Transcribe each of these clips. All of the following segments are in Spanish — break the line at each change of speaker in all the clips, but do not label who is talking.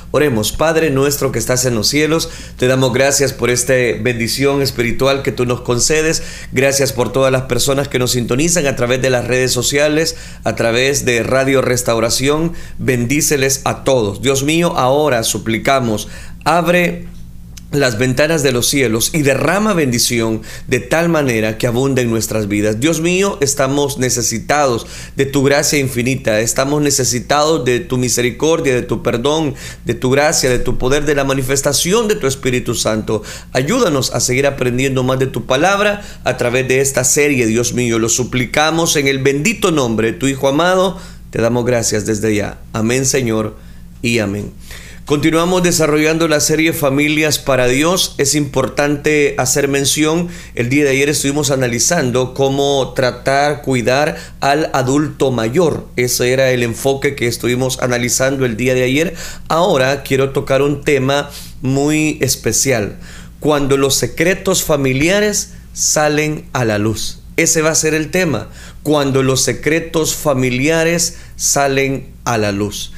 Oremos. Padre nuestro que estás en los cielos, te damos gracias por esta bendición espiritual que tú nos concedes. Gracias por todas las personas que nos sintonizan a través de las redes sociales, a través de Radio Restauración. Bendíceles a todos. Dios mío, ahora suplicamos, abre las ventanas de los cielos y derrama bendición de tal manera que abunde en nuestras vidas. Dios mío, estamos necesitados de tu gracia infinita, estamos necesitados de tu misericordia, de tu perdón, de tu gracia, de tu poder, de la manifestación de tu Espíritu Santo. Ayúdanos a seguir aprendiendo más de tu palabra a través de esta serie, Dios mío. Lo suplicamos en el bendito nombre de tu Hijo amado. Te damos gracias desde ya. Amén, Señor, y amén. Continuamos desarrollando la serie Familias para Dios. Es importante hacer mención, el día de ayer estuvimos analizando cómo tratar, cuidar al adulto mayor. Ese era el enfoque que estuvimos analizando el día de ayer. Ahora quiero tocar un tema muy especial: cuando los secretos familiares salen a la luz. Ese va a ser el tema, cuando los secretos familiares salen a la luz.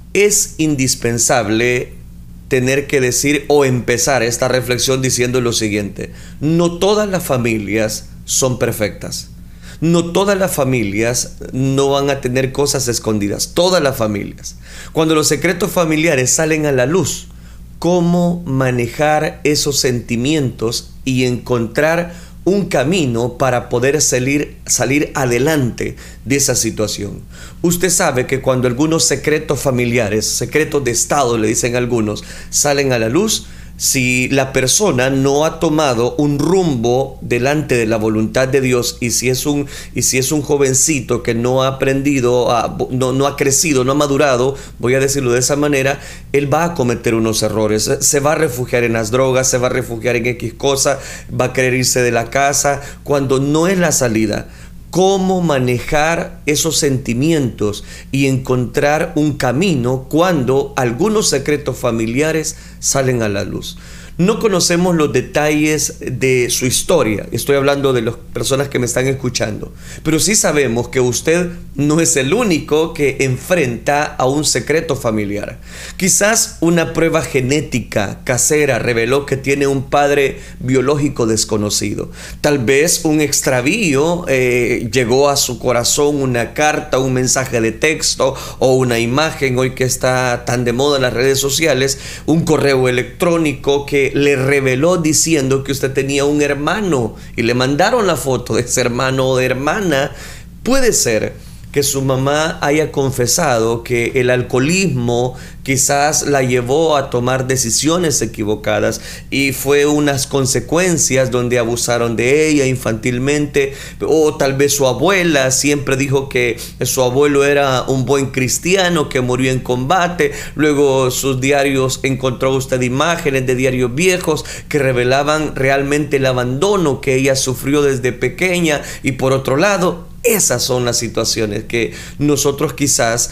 Es indispensable tener que decir o empezar esta reflexión diciendo lo siguiente: no todas las familias son perfectas. No todas las familias no van a tener cosas escondidas. Todas las familias. Cuando los secretos familiares salen a la luz, ¿cómo manejar esos sentimientos y encontrar un camino para poder salir adelante de esa situación? Usted sabe que cuando algunos secretos familiares, secretos de Estado le dicen algunos, salen a la luz, si la persona no ha tomado un rumbo delante de la voluntad de Dios, y si es un jovencito que no ha aprendido, no ha crecido, no ha madurado, voy a decirlo de esa manera, él va a cometer unos errores, se va a refugiar en las drogas, se va a refugiar en X cosa, va a querer irse de la casa cuando no es la salida. ¿Cómo manejar esos sentimientos y encontrar un camino cuando algunos secretos familiares salen a la luz? No conocemos los detalles de su historia. Estoy hablando de las personas que me están escuchando. Pero sí sabemos que usted no es el único que enfrenta a un secreto familiar. Quizás una prueba genética casera reveló que tiene un padre biológico desconocido. Tal vez un extravío llegó a su corazón, una carta, un mensaje de texto o una imagen, hoy que está tan de moda en las redes sociales, un correo electrónico que le reveló diciendo que usted tenía un hermano y le mandaron la foto de ese hermano o de hermana. Puede ser que su mamá haya confesado que el alcoholismo quizás la llevó a tomar decisiones equivocadas y fue unas consecuencias donde abusaron de ella infantilmente, o tal vez su abuela siempre dijo que su abuelo era un buen cristiano que murió en combate. Luego sus diarios, encontró usted imágenes de diarios viejos que revelaban realmente el abandono que ella sufrió desde pequeña. Y por otro lado, esas son las situaciones que nosotros quizás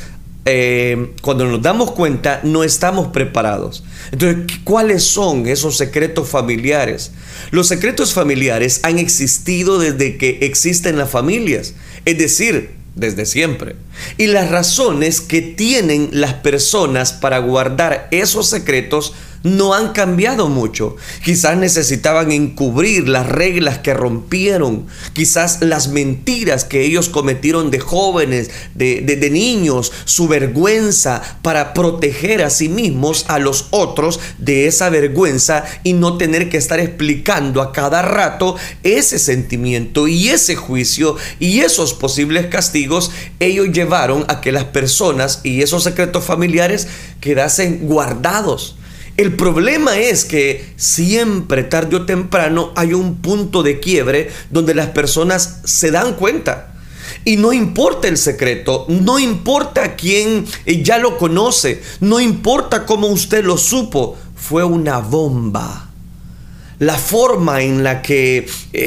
cuando nos damos cuenta no estamos preparados. Entonces, ¿cuáles son esos secretos familiares? Los secretos familiares han existido desde que existen las familias, es decir, desde siempre. Y las razones que tienen las personas para guardar esos secretos no han cambiado mucho. Quizás necesitaban encubrir las reglas que rompieron, quizás las mentiras que ellos cometieron de jóvenes, de niños, su vergüenza, para proteger a sí mismos, a los otros de esa vergüenza y no tener que estar explicando a cada rato ese sentimiento y ese juicio y esos posibles castigos. Ellos llevaron a que las personas y esos secretos familiares quedasen guardados. El problema es que siempre, tarde o temprano, hay un punto de quiebre donde las personas se dan cuenta. Y no importa el secreto, no importa quién ya lo conoce, no importa cómo usted lo supo, fue una bomba. La forma en la que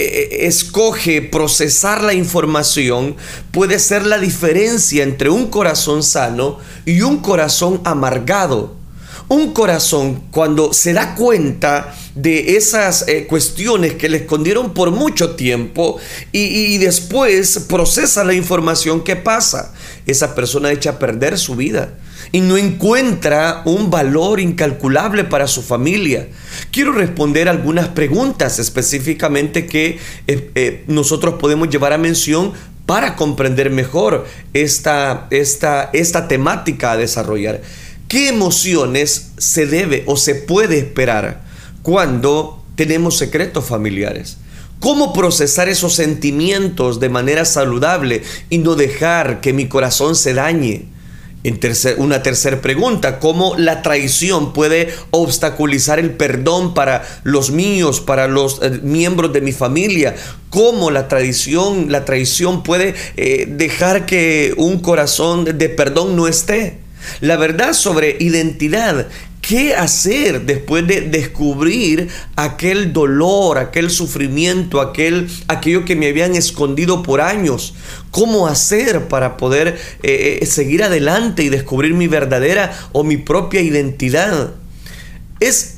escoge procesar la información puede ser la diferencia entre un corazón sano y un corazón amargado. Un corazón, cuando se da cuenta de esas cuestiones que le escondieron por mucho tiempo y después procesa la información, ¿qué pasa? esa persona echa a perder su vida y no encuentra un valor incalculable para su familia. Quiero responder algunas preguntas específicamente que nosotros podemos llevar a mención para comprender mejor esta temática a desarrollar. ¿Qué emociones se debe o se puede esperar cuando tenemos secretos familiares? ¿Cómo procesar esos sentimientos de manera saludable y no dejar que mi corazón se dañe? Una tercera pregunta: ¿cómo la traición puede obstaculizar el perdón para los míos, para los miembros de mi familia? ¿Cómo la traición puede dejar que un corazón de perdón no esté? La verdad sobre identidad. ¿Qué hacer después de descubrir aquel dolor, aquel sufrimiento, aquello que me habían escondido por años? ¿Cómo hacer para poder seguir adelante y descubrir mi verdadera o mi propia identidad? Es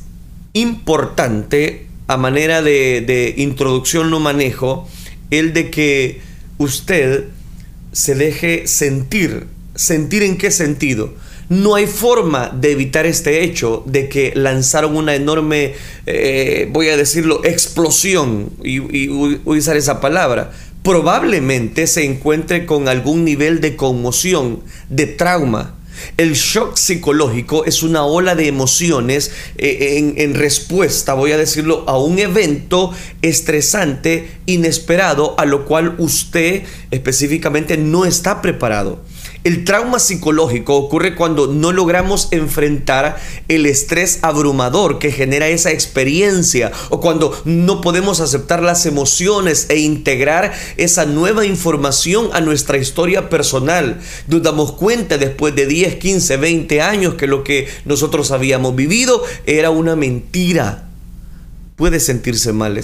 importante, a manera de introducción lo manejo, el de que usted se deje sentir. ¿Sentir en qué sentido? No hay forma de evitar este hecho de que lanzaron una enorme, voy a decirlo, explosión, y usar esa palabra. Probablemente se encuentre con algún nivel de conmoción, de trauma. El shock psicológico es una ola de emociones en respuesta, voy a decirlo, a un evento estresante, inesperado, a lo cual usted específicamente no está preparado. El trauma psicológico ocurre cuando no logramos enfrentar el estrés abrumador que genera esa experiencia, o cuando no podemos aceptar las emociones e integrar esa nueva información a nuestra historia personal. Nos damos cuenta después de 10, 15, 20 años que lo que nosotros habíamos vivido era una mentira. Puede sentirse mal,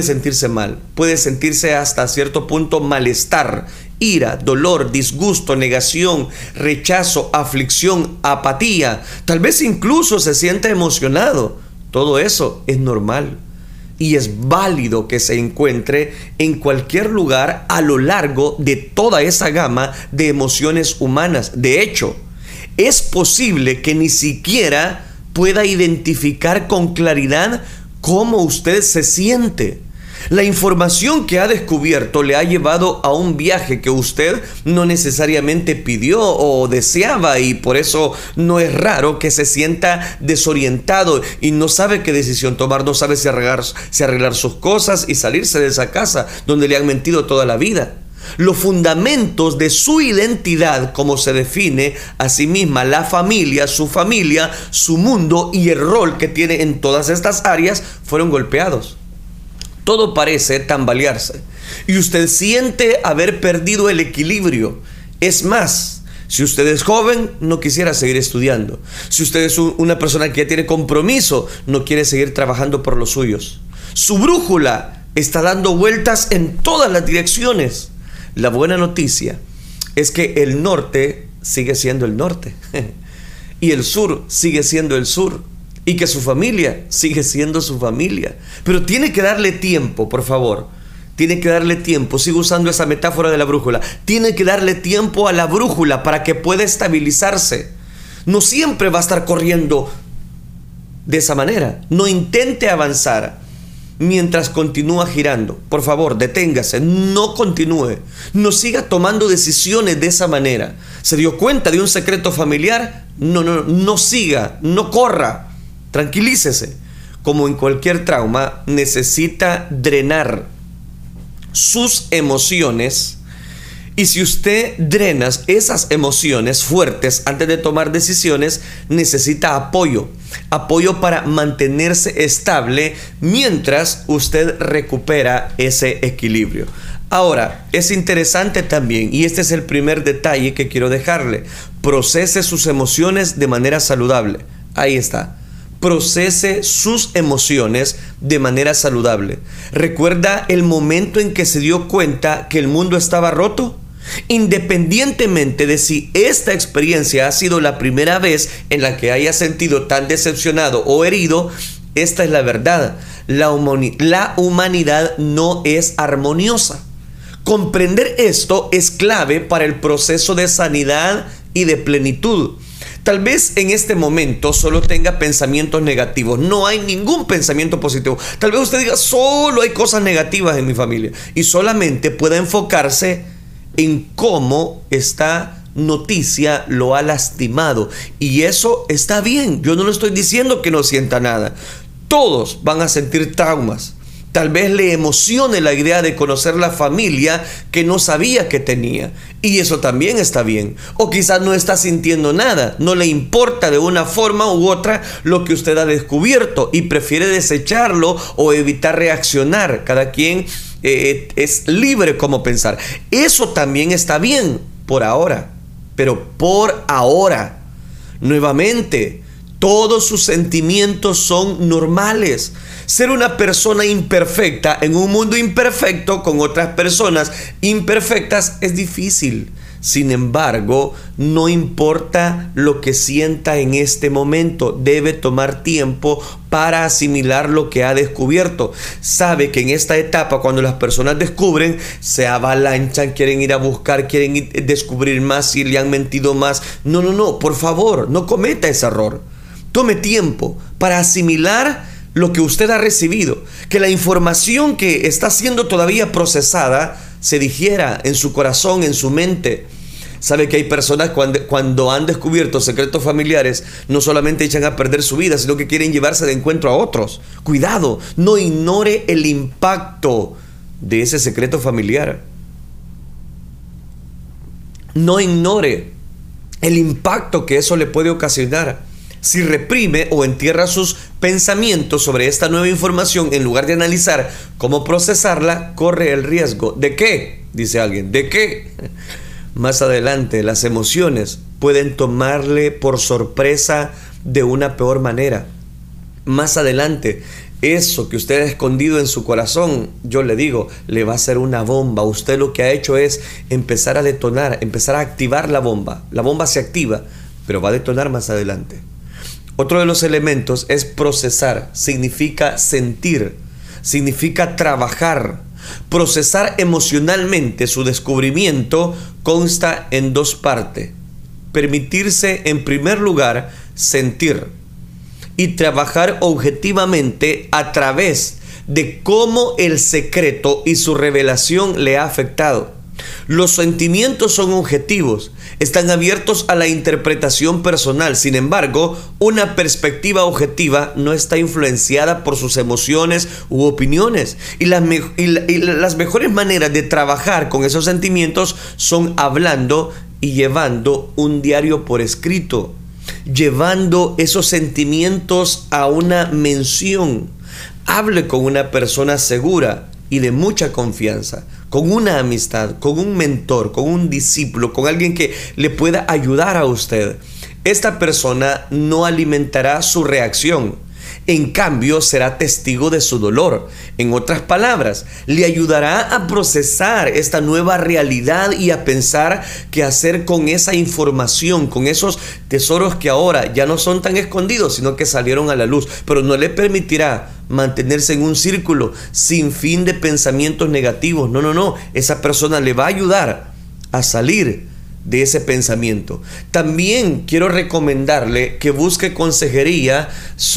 puede sentirse hasta cierto punto malestar, ira, dolor, disgusto, negación, rechazo, aflicción, apatía. Tal vez incluso se sienta emocionado. Todo eso es normal y es válido que se encuentre en cualquier lugar a lo largo de toda esa gama de emociones humanas. De hecho, es posible que ni siquiera pueda identificar con claridad cómo usted se siente. La información que ha descubierto le ha llevado a un viaje que usted no necesariamente pidió o deseaba, y por eso no es raro que se sienta desorientado y no sabe qué decisión tomar, no sabe si arreglar sus cosas y salirse de esa casa donde le han mentido toda la vida. Los fundamentos de su identidad, como se define a sí misma la familia, su mundo y el rol que tiene en todas estas áreas, fueron golpeados. Todo parece tambalearse y usted siente haber perdido el equilibrio. Es más, si usted es joven, no quisiera seguir estudiando. Si usted es una persona que ya tiene compromiso, no quiere seguir trabajando por los suyos. Su brújula está dando vueltas en todas las direcciones. La buena noticia es que el norte sigue siendo el norte y el sur sigue siendo el sur, y que su familia sigue siendo su familia. Pero tiene que darle tiempo, por favor. Tiene que darle tiempo. Sigo usando esa metáfora de la brújula. Tiene que darle tiempo a la brújula para que pueda estabilizarse. No siempre va a estar corriendo de esa manera. No intente avanzar mientras continúa girando. Por favor, deténgase, no continúe, no siga tomando decisiones de esa manera. ¿Se dio cuenta de un secreto familiar? No siga, no corra, tranquilícese. Como en cualquier trauma, necesita drenar sus emociones. Y si usted drena esas emociones fuertes antes de tomar decisiones, necesita apoyo para mantenerse estable mientras usted recupera ese equilibrio. Ahora, es interesante también, y este es el primer detalle que quiero dejarle: procese sus emociones de manera saludable. Ahí está. Procese sus emociones de manera saludable. ¿Recuerda el momento en que se dio cuenta que el mundo estaba roto? Independientemente de si esta experiencia ha sido la primera vez en la que haya sentido tan decepcionado o herido, esta es la verdad. La humanidad no es armoniosa. Comprender esto es clave para el proceso de sanidad y de plenitud. Tal vez en este momento solo tenga pensamientos negativos. No hay ningún pensamiento positivo. Tal vez usted diga, solo hay cosas negativas en mi familia. Y solamente pueda enfocarse en cómo esta noticia lo ha lastimado. Y eso está bien. Yo no le estoy diciendo que no sienta nada. Todos van a sentir traumas. Tal vez le emocione la idea de conocer la familia que no sabía que tenía. Y eso también está bien. O quizás no está sintiendo nada. No le importa de una forma u otra lo que usted ha descubierto y prefiere desecharlo o evitar reaccionar. Cada quien es libre como pensar. Eso también está bien por ahora. Pero por ahora, nuevamente, todos sus sentimientos son normales. Ser una persona imperfecta en un mundo imperfecto con otras personas imperfectas es difícil. Sin embargo, no importa lo que sienta en este momento, debe tomar tiempo para asimilar lo que ha descubierto. Sabe que en esta etapa, cuando las personas descubren, se avalanchan, quieren ir a buscar, quieren descubrir más si le han mentido más. No, por favor, no cometa ese error. Tome tiempo para asimilar lo que usted ha recibido, que la información que está siendo todavía procesada se digiera en su corazón, en su mente. Sabe que hay personas cuando han descubierto secretos familiares, no solamente echan a perder su vida, sino que quieren llevarse de encuentro a otros. Cuidado, no ignore el impacto de ese secreto familiar. No ignore el impacto que eso le puede ocasionar. Si reprime o entierra sus pensamientos sobre esta nueva información en lugar de analizar cómo procesarla, corre el riesgo. ¿De qué? Dice alguien. ¿De qué? Más adelante, las emociones pueden tomarle por sorpresa de una peor manera. Más adelante, eso que usted ha escondido en su corazón, yo le digo, le va a ser una bomba. Usted lo que ha hecho es empezar a detonar, empezar a activar la bomba. La bomba se activa, pero va a detonar más adelante. Otro de los elementos es procesar. Significa sentir, significa trabajar. Procesar emocionalmente su descubrimiento consta en dos partes. Permitirse, en primer lugar, sentir y trabajar objetivamente a través de cómo el secreto y su revelación le ha afectado. Los sentimientos son objetivos, están abiertos a la interpretación personal. Sin embargo, una perspectiva objetiva no está influenciada por sus emociones u opiniones. Y las mejores maneras de trabajar con esos sentimientos son hablando y llevando un diario por escrito, llevando esos sentimientos a una mención. Hable con una persona segura y de mucha confianza, con una amistad, con un mentor, con un discípulo, con alguien que le pueda ayudar a usted. Esta persona no alimentará su reacción, en cambio será testigo de su dolor. En otras palabras, le ayudará a procesar esta nueva realidad y a pensar qué hacer con esa información, con esos tesoros que ahora ya no son tan escondidos, sino que salieron a la luz. Pero no le permitirá mantenerse en un círculo sin fin de pensamientos negativos. No. Esa persona le va a ayudar a salir de ese pensamiento. También quiero recomendarle que busque consejería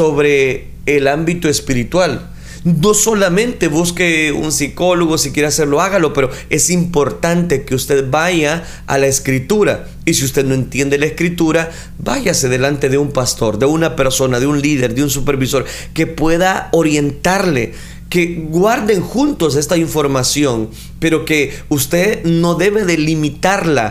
sobre el ámbito espiritual. No solamente busque un psicólogo, si quiere hacerlo, hágalo, pero es importante que usted vaya a la escritura. Y si usted no entiende la escritura, váyase delante de un pastor, de una persona, de un líder, de un supervisor, que pueda orientarle, que guarden juntos esta información, pero que usted no debe de limitarla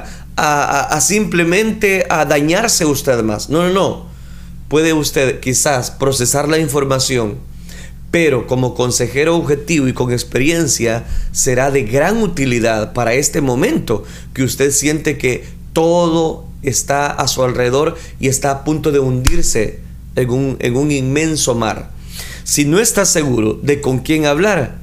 a simplemente a dañarse usted más. No. Puede usted quizás procesar la información, pero como consejero objetivo y con experiencia será de gran utilidad para este momento que usted siente que todo está a su alrededor y está a punto de hundirse en un inmenso mar. Si no está seguro de con quién hablar,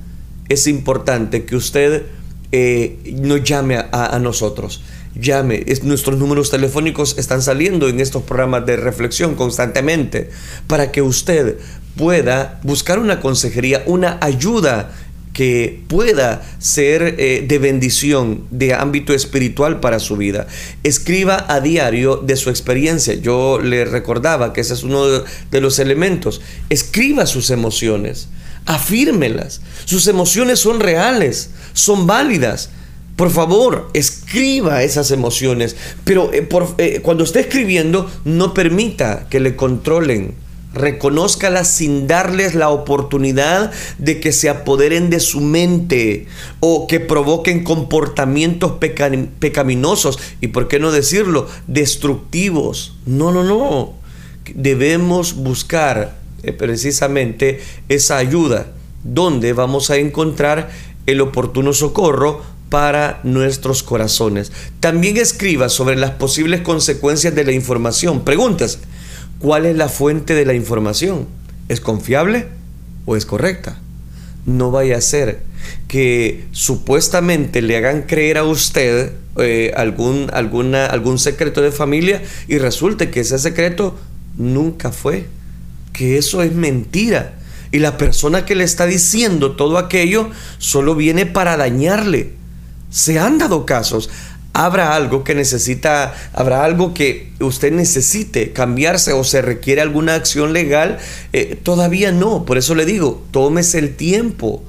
es importante que usted nos llame a nosotros. Llame, nuestros números telefónicos están saliendo en estos programas de reflexión constantemente para que usted pueda buscar una consejería, una ayuda que pueda ser de bendición, de ámbito espiritual para su vida. Escriba a diario de su experiencia. Yo le recordaba que ese es uno de los elementos. Escriba sus emociones, afírmelas. Sus emociones son reales, son válidas. Por favor, escriba esas emociones, pero cuando esté escribiendo, no permita que le controlen. Reconózcalas sin darles la oportunidad de que se apoderen de su mente o que provoquen comportamientos pecaminosos y, por qué no decirlo, destructivos. No. Debemos buscar precisamente esa ayuda, donde vamos a encontrar el oportuno socorro para nuestros corazones. También escriba sobre las posibles consecuencias de la información. Pregúntase: ¿cuál es la fuente de la información? ¿Es confiable o es correcta? No vaya a ser que supuestamente le hagan creer a usted algún secreto de familia y resulte que ese secreto nunca fue, que eso es mentira. Y la persona que le está diciendo todo aquello solo viene para dañarle. Se han dado casos. Habrá algo que usted necesite cambiarse o se requiere alguna acción legal. Todavía no. Por eso le digo, tómese el tiempo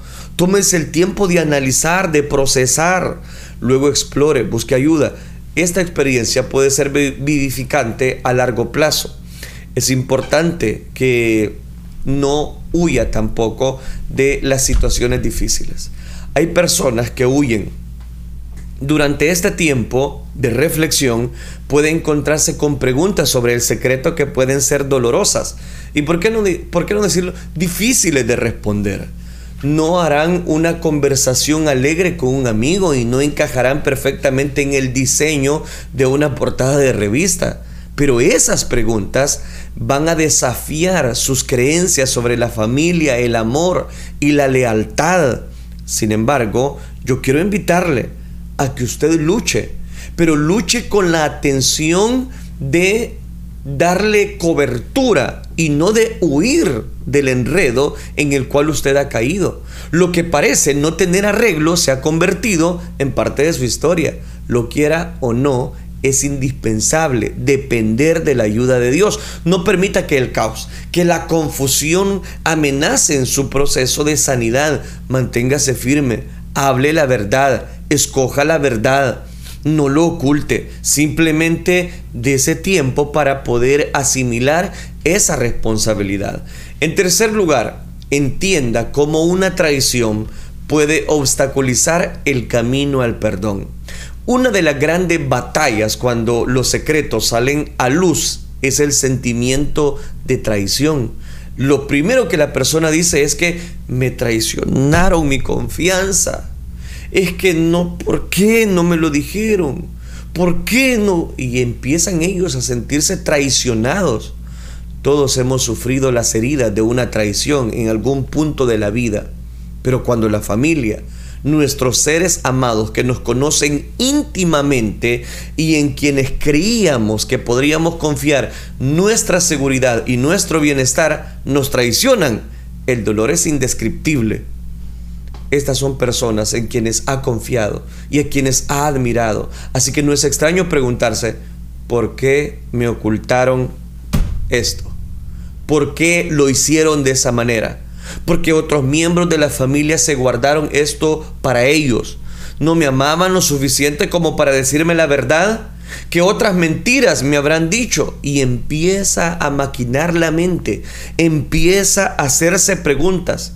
de analizar, de procesar, luego explore, busque ayuda. Esta experiencia puede ser vivificante a largo plazo. Es importante que no huya tampoco de las situaciones difíciles. Hay personas que huyen. Durante este tiempo de reflexión puede encontrarse con preguntas sobre el secreto que pueden ser dolorosas y, ¿por qué no decirlo?, difíciles de responder. No harán una conversación alegre con un amigo y no encajarán perfectamente en el diseño de una portada de revista. Pero esas preguntas van a desafiar sus creencias sobre la familia, el amor y la lealtad. Sin embargo, yo quiero invitarle a que usted luche, pero luche con la atención de darle cobertura y no de huir del enredo en el cual usted ha caído. Lo que parece no tener arreglo se ha convertido en parte de su historia. Lo quiera o no, es indispensable depender de la ayuda de Dios. No permita que el caos, que la confusión amenacen su proceso de sanidad. Manténgase firme, hable la verdad, escoja la verdad, no lo oculte. Simplemente dése tiempo para poder asimilar esa responsabilidad. En tercer lugar, entienda cómo una traición puede obstaculizar el camino al perdón. Una de las grandes batallas cuando los secretos salen a luz es el sentimiento de traición. Lo primero que la persona dice es que me traicionaron mi confianza. Es que no, ¿por qué no me lo dijeron? ¿Por qué no? Y empiezan ellos a sentirse traicionados. Todos hemos sufrido las heridas de una traición en algún punto de la vida. Pero cuando la familia, nuestros seres amados que nos conocen íntimamente y en quienes creíamos que podríamos confiar nuestra seguridad y nuestro bienestar, nos traicionan, el dolor es indescriptible. Estas son personas en quienes ha confiado y a quienes ha admirado. Así que no es extraño preguntarse: ¿por qué me ocultaron esto? ¿Por qué lo hicieron de esa manera? Porque otros miembros de la familia se guardaron esto para ellos. ¿No me amaban lo suficiente como para decirme la verdad? ¿Qué otras mentiras me habrán dicho? Y empieza a maquinar la mente, empieza a hacerse preguntas.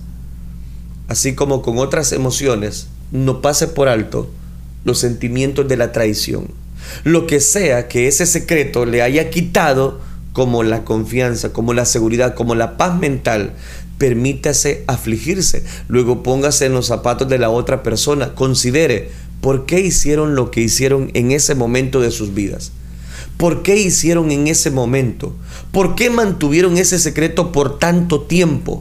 Así como con otras emociones, no pase por alto los sentimientos de la traición. Lo que sea que ese secreto le haya quitado, como la confianza, como la seguridad, como la paz mental, permítase afligirse. Luego póngase en los zapatos de la otra persona. Considere por qué hicieron lo que hicieron en ese momento de sus vidas. ¿Por qué hicieron en ese momento? ¿Por qué mantuvieron ese secreto por tanto tiempo?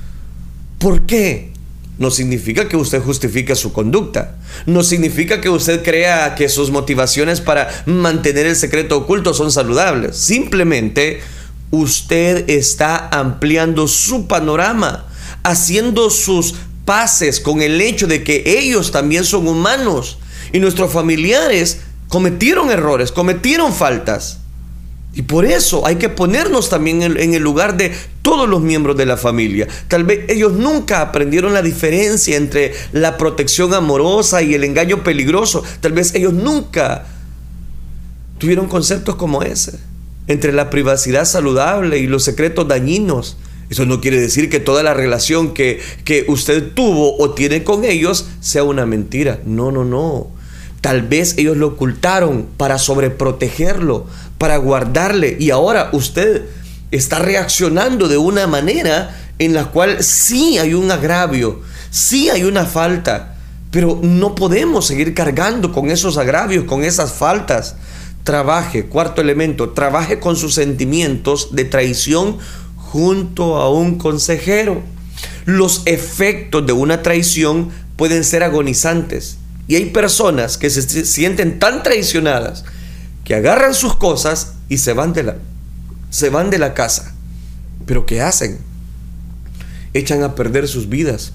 ¿Por qué? No significa que usted justifique su conducta. No significa que usted crea que sus motivaciones para mantener el secreto oculto son saludables. Simplemente usted está ampliando su panorama, haciendo sus paces con el hecho de que ellos también son humanos y nuestros familiares cometieron errores, cometieron faltas. Y por eso hay que ponernos también en el lugar de todos los miembros de la familia. Tal vez ellos nunca aprendieron la diferencia entre la protección amorosa y el engaño peligroso. Tal vez ellos nunca tuvieron conceptos como ese, entre la privacidad saludable y los secretos dañinos. Eso no quiere decir que toda la relación que usted tuvo o tiene con ellos sea una mentira. No, no, no. Tal vez ellos lo ocultaron para sobreprotegerlo, para guardarle, y ahora usted está reaccionando de una manera en la cual sí hay un agravio, sí hay una falta, pero no podemos seguir cargando con esos agravios, con esas faltas. Trabaje, cuarto elemento, trabaje con sus sentimientos de traición junto a un consejero. Los efectos de una traición pueden ser agonizantes. Y hay personas que se sienten tan traicionadas que agarran sus cosas y se van de la casa. ¿Pero qué hacen? Echan a perder sus vidas.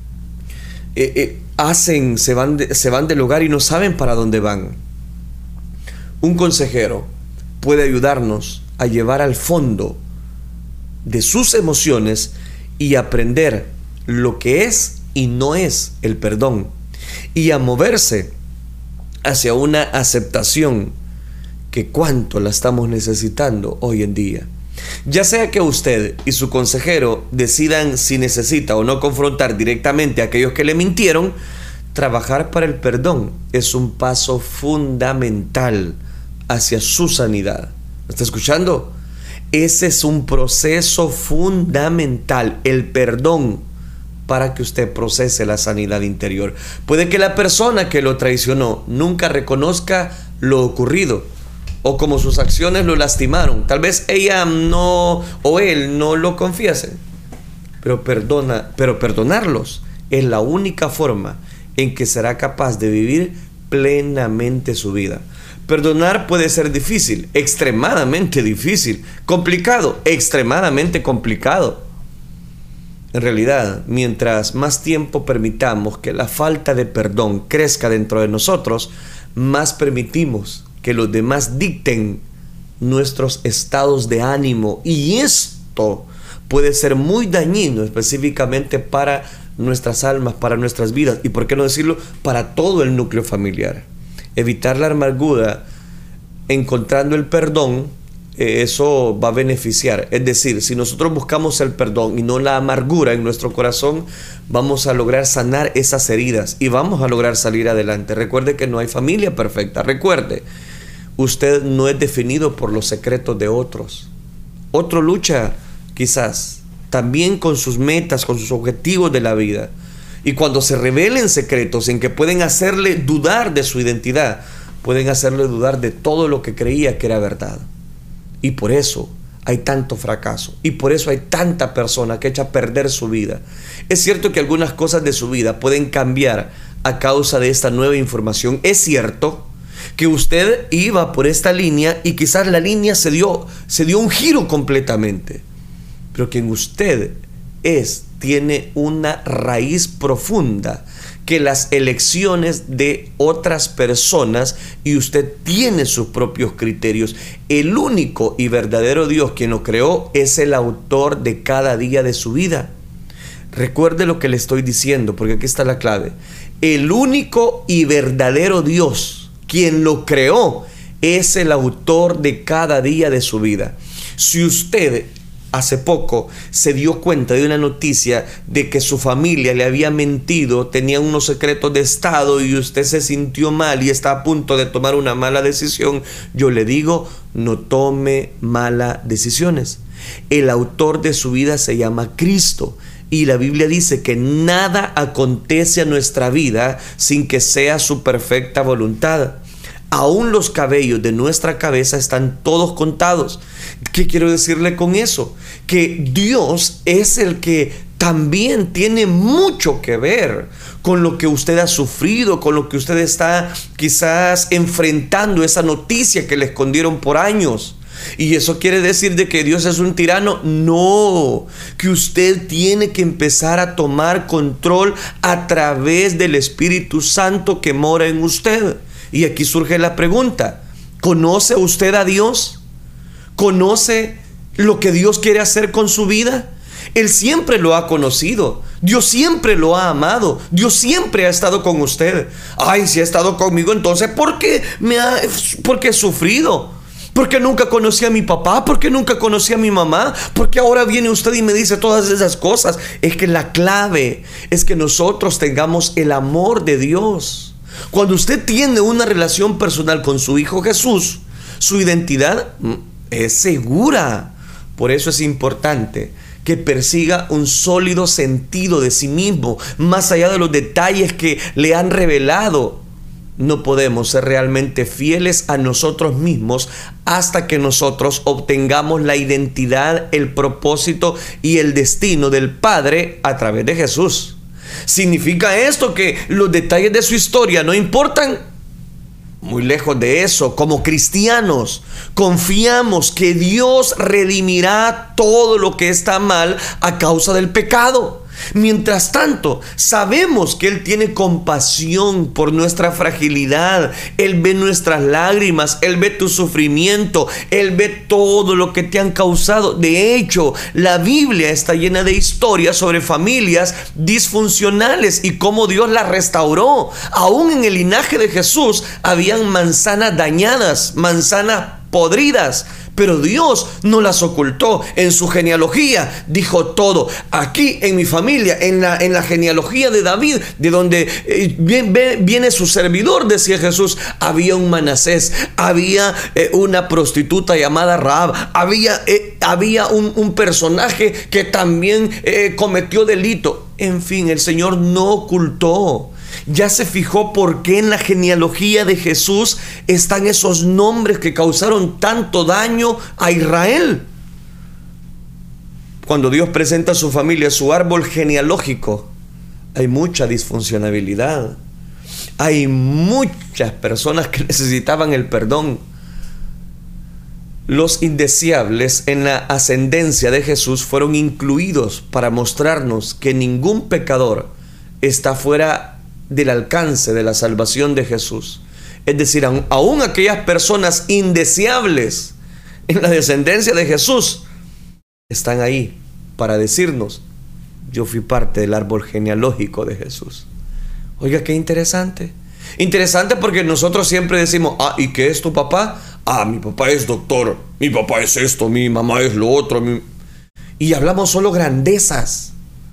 Se van del hogar y no saben para dónde van. Un consejero puede ayudarnos a llevar al fondo de sus emociones y aprender lo que es y no es el perdón, y a moverse hacia una aceptación que cuánto la estamos necesitando hoy en día. Ya sea que usted y su consejero decidan si necesita o no confrontar directamente a aquellos que le mintieron, trabajar para el perdón es un paso fundamental hacia su sanidad. ¿Me está escuchando? Ese es un proceso fundamental, el perdón, para que usted procese la sanidad interior. Puede que la persona que lo traicionó nunca reconozca lo ocurrido, o como sus acciones lo lastimaron. Tal vez ella no o él no lo confiesen, pero perdonarlos es la única forma en que será capaz de vivir plenamente su vida. Perdonar puede ser difícil, extremadamente difícil, complicado, extremadamente complicado. En realidad, mientras más tiempo permitamos que la falta de perdón crezca dentro de nosotros, más permitimos que los demás dicten nuestros estados de ánimo, y esto puede ser muy dañino específicamente para nuestras almas, para nuestras vidas, y por qué no decirlo, para todo el núcleo familiar. Evitar la amargura encontrando el perdón, eso va a beneficiar. Es decir, si nosotros buscamos el perdón y no la amargura en nuestro corazón, vamos a lograr sanar esas heridas y vamos a lograr salir adelante. Recuerde que no hay familia perfecta. Recuerde, usted no es definido por los secretos de otros. Otro lucha quizás también con sus metas, con sus objetivos de la vida. Y cuando se revelen secretos en que pueden hacerle dudar de su identidad, pueden hacerle dudar de todo lo que creía que era verdad. Y por eso hay tanto fracaso. Y por eso hay tanta persona que echa a perder su vida. Es cierto que algunas cosas de su vida pueden cambiar a causa de esta nueva información. Es cierto que usted iba por esta línea y quizás la línea se dio un giro completamente. Pero quien usted tiene una raíz profunda que las elecciones de otras personas, y usted tiene sus propios criterios. El único y verdadero Dios quien lo creó es el autor de cada día de su vida. Recuerde lo que le estoy diciendo, porque aquí está la clave. El único y verdadero Dios quien lo creó es el autor de cada día de su vida. Si usted hace poco se dio cuenta de una noticia de que su familia le había mentido, tenía unos secretos de estado y usted se sintió mal y está a punto de tomar una mala decisión, yo le digo, no tome malas decisiones. El autor de su vida se llama Cristo. Y la Biblia dice que nada acontece a nuestra vida sin que sea su perfecta voluntad. Aún los cabellos de nuestra cabeza están todos contados. ¿Qué quiero decirle con eso? Que Dios es el que también tiene mucho que ver con lo que usted ha sufrido, con lo que usted está quizás enfrentando, esa noticia que le escondieron por años. ¿Y eso quiere decir de que Dios es un tirano? No, que usted tiene que empezar a tomar control a través del Espíritu Santo que mora en usted. Y aquí surge la pregunta: ¿conoce usted a Dios? ¿Conoce lo que Dios quiere hacer con su vida? Él siempre lo ha conocido. Dios siempre lo ha amado. Dios siempre ha estado con usted. Ay, si ha estado conmigo, entonces ¿por qué he sufrido? ¿Por qué nunca conocí a mi papá? ¿Por qué nunca conocí a mi mamá? ¿Por qué ahora viene usted y me dice todas esas cosas? Es que la clave es que nosotros tengamos el amor de Dios. Cuando usted tiene una relación personal con su Hijo Jesús, su identidad es segura. Por eso es importante que persiga un sólido sentido de sí mismo, más allá de los detalles que le han revelado. No podemos ser realmente fieles a nosotros mismos hasta que nosotros obtengamos la identidad, el propósito y el destino del Padre a través de Jesús. ¿Significa esto que los detalles de su historia no importan? Muy lejos de eso. Como cristianos, confiamos que Dios redimirá todo lo que está mal a causa del pecado. Mientras tanto, sabemos que Él tiene compasión por nuestra fragilidad. Él ve nuestras lágrimas, Él ve tu sufrimiento, Él ve todo lo que te han causado. De hecho, la Biblia está llena de historias sobre familias disfuncionales y cómo Dios las restauró. Aún en el linaje de Jesús habían manzanas dañadas, manzanas podridas, pero Dios no las ocultó. En su genealogía dijo todo. Aquí en mi familia, en la genealogía de David, de donde viene su servidor, decía Jesús, había un Manasés, había una prostituta llamada Rahab, había un personaje que también cometió delito. En fin, el Señor no ocultó. Ya se fijó por qué en la genealogía de Jesús están esos nombres que causaron tanto daño a Israel. Cuando Dios presenta a su familia, su árbol genealógico, hay mucha disfuncionalidad. Hay muchas personas que necesitaban el perdón. Los indeseables en la ascendencia de Jesús fueron incluidos para mostrarnos que ningún pecador está fuera del alcance de la salvación de Jesús. Es decir, aún aquellas personas indeseables en la descendencia de Jesús están ahí para decirnos: yo fui parte del árbol genealógico de Jesús. Oiga, qué interesante. Interesante porque nosotros siempre decimos: ¿y qué es tu papá? Mi papá es doctor, mi papá es esto, mi mamá es lo otro. Y hablamos solo grandezas.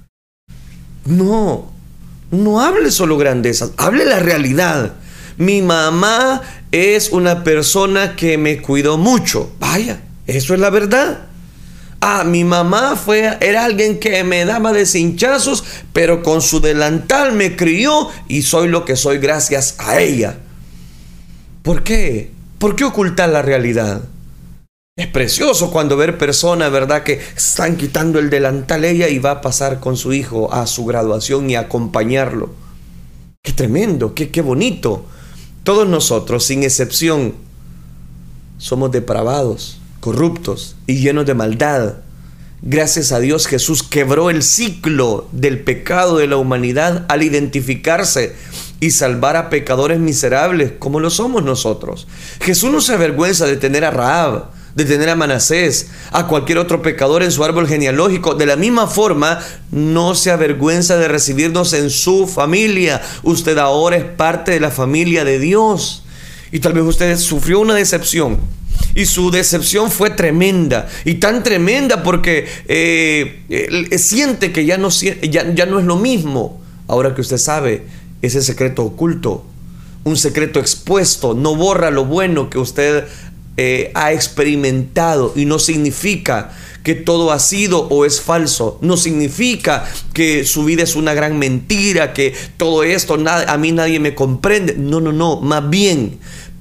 No hable solo grandezas, hable la realidad. Mi mamá es una persona que me cuidó mucho. Vaya, eso es la verdad. Mi mamá era alguien que me daba de cinchazos, pero con su delantal me crió y soy lo que soy gracias a ella. ¿Por qué? ¿Por qué ocultar la realidad? Es precioso cuando ver personas, ¿verdad?, que están quitando el delantal ella y va a pasar con su hijo a su graduación y a acompañarlo. ¡Qué tremendo! ¡Qué bonito! Todos nosotros, sin excepción, somos depravados, corruptos y llenos de maldad. Gracias a Dios, Jesús quebró el ciclo del pecado de la humanidad al identificarse y salvar a pecadores miserables como lo somos nosotros. Jesús no se avergüenza de tener a Rahab, de tener a Manasés, a cualquier otro pecador en su árbol genealógico. De la misma forma, no se avergüenza de recibirnos en su familia. Usted ahora es parte de la familia de Dios. Y tal vez usted sufrió una decepción, y su decepción fue tremenda, y tan tremenda porque siente que ya no es lo mismo. Ahora que usted sabe ese secreto oculto, un secreto expuesto, no borra lo bueno que usted ha experimentado, y no significa que todo ha sido o es falso. No significa que su vida es una gran mentira, que todo esto a mí nadie me comprende. No, más bien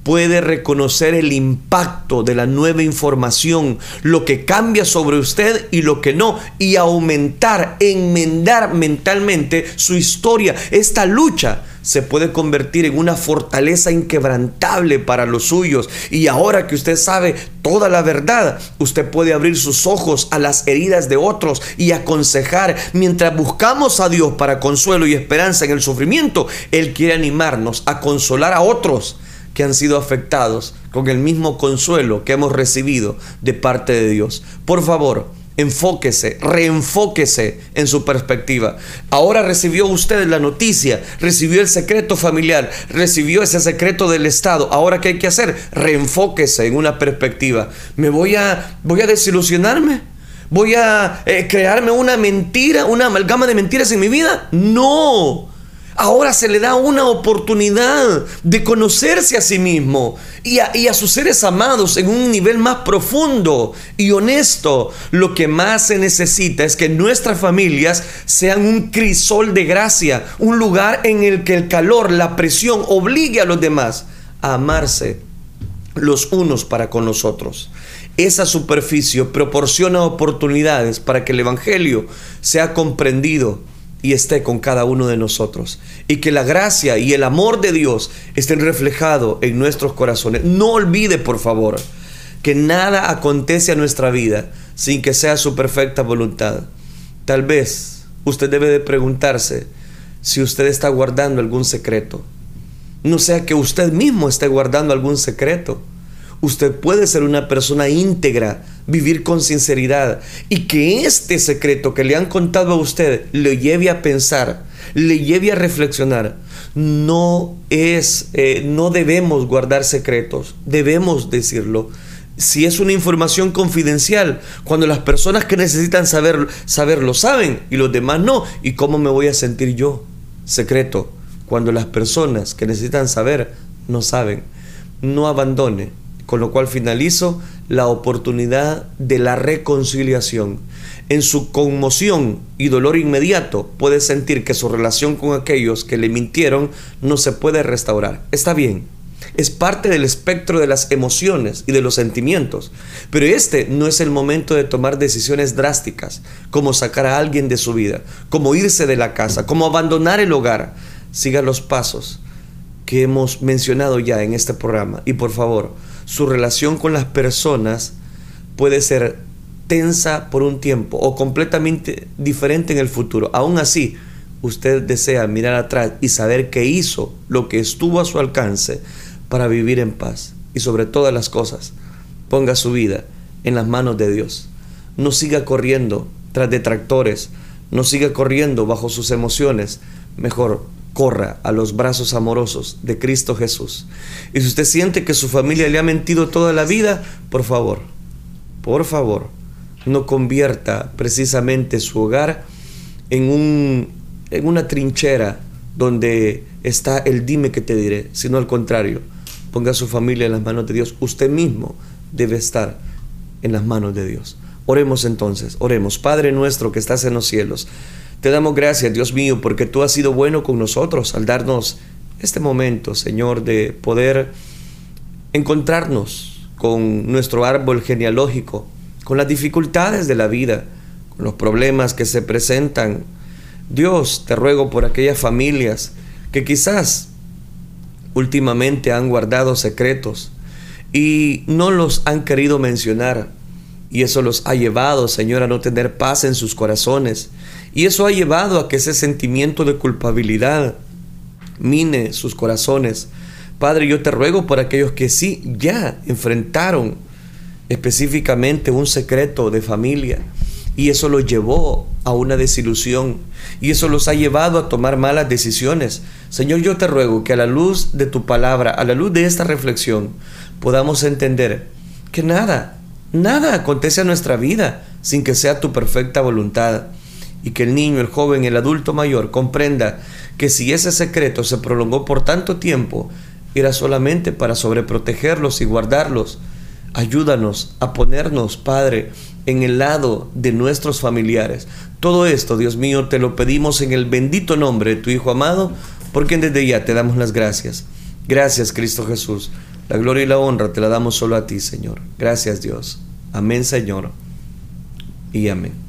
puede reconocer el impacto de la nueva información, lo que cambia sobre usted y lo que no, y aumentar, enmendar mentalmente su historia. Esta lucha se puede convertir en una fortaleza inquebrantable para los suyos. Y ahora que usted sabe toda la verdad, usted puede abrir sus ojos a las heridas de otros y aconsejar. Mientras buscamos a Dios para consuelo y esperanza en el sufrimiento, Él quiere animarnos a consolar a otros que han sido afectados con el mismo consuelo que hemos recibido de parte de Dios. Por favor, enfóquese, reenfóquese en su perspectiva. Ahora recibió usted la noticia, recibió el secreto familiar, recibió ese secreto del Estado. Ahora, ¿qué hay que hacer? Reenfóquese en una perspectiva. ¿Voy a desilusionarme? ¿Voy a crearme una mentira, una amalgama de mentiras en mi vida? No. Ahora se le da una oportunidad de conocerse a sí mismo y a sus seres amados en un nivel más profundo y honesto. Lo que más se necesita es que nuestras familias sean un crisol de gracia, un lugar en el que el calor, la presión obligue a los demás a amarse los unos para con los otros. Esa superficie proporciona oportunidades para que el Evangelio sea comprendido y esté con cada uno de nosotros, y que la gracia y el amor de Dios estén reflejados en nuestros corazones. No olvide, por favor, que nada acontece a nuestra vida sin que sea su perfecta voluntad. Tal vez usted debe de preguntarse si usted está guardando algún secreto. No sea que usted mismo esté guardando algún secreto. Usted puede ser una persona íntegra, vivir con sinceridad, y que este secreto que le han contado a usted le lleve a pensar, le lleve a reflexionar. No debemos guardar secretos, debemos decirlo. Si es una información confidencial, cuando las personas que necesitan saberlo saben y los demás no, ¿y cómo me voy a sentir yo? Secreto, cuando las personas que necesitan saber no saben. No abandone. Con lo cual finalizo la oportunidad de la reconciliación. En su conmoción y dolor inmediato puede sentir que su relación con aquellos que le mintieron no se puede restaurar. Está bien, es parte del espectro de las emociones y de los sentimientos, pero este no es el momento de tomar decisiones drásticas, como sacar a alguien de su vida, como irse de la casa, como abandonar el hogar. Siga los pasos que hemos mencionado ya en este programa, y por favor, su relación con las personas puede ser tensa por un tiempo o completamente diferente en el futuro. Aún así, usted desea mirar atrás y saber que hizo lo que estuvo a su alcance para vivir en paz. Y sobre todas las cosas, ponga su vida en las manos de Dios. No siga corriendo tras detractores, no siga corriendo bajo sus emociones. Mejor corra a los brazos amorosos de Cristo Jesús. Y si usted siente que su familia le ha mentido toda la vida, por favor, no convierta precisamente su hogar en una trinchera donde está el dime que te diré, sino al contrario, ponga a su familia en las manos de Dios. Usted mismo debe estar en las manos de Dios. Oremos entonces, oremos. Padre nuestro que estás en los cielos, te damos gracias, Dios mío, porque tú has sido bueno con nosotros al darnos este momento, Señor, de poder encontrarnos con nuestro árbol genealógico, con las dificultades de la vida, con los problemas que se presentan. Dios, te ruego por aquellas familias que quizás últimamente han guardado secretos y no los han querido mencionar, y eso los ha llevado, Señor, a no tener paz en sus corazones. Y eso ha llevado a que ese sentimiento de culpabilidad mine sus corazones. Padre, yo te ruego por aquellos que sí ya enfrentaron específicamente un secreto de familia, y eso los llevó a una desilusión, y eso los ha llevado a tomar malas decisiones. Señor, yo te ruego que a la luz de tu palabra, a la luz de esta reflexión, podamos entender que nada acontece a nuestra vida sin que sea tu perfecta voluntad. Y que el niño, el joven, el adulto mayor comprenda que si ese secreto se prolongó por tanto tiempo, era solamente para sobreprotegerlos y guardarlos. Ayúdanos a ponernos, Padre, en el lado de nuestros familiares. Todo esto, Dios mío, te lo pedimos en el bendito nombre de tu Hijo amado, porque desde ya te damos las gracias. Gracias, Cristo Jesús, La gloria y la honra te la damos solo a ti, Señor. Gracias, Dios. Amén, Señor. Y amén.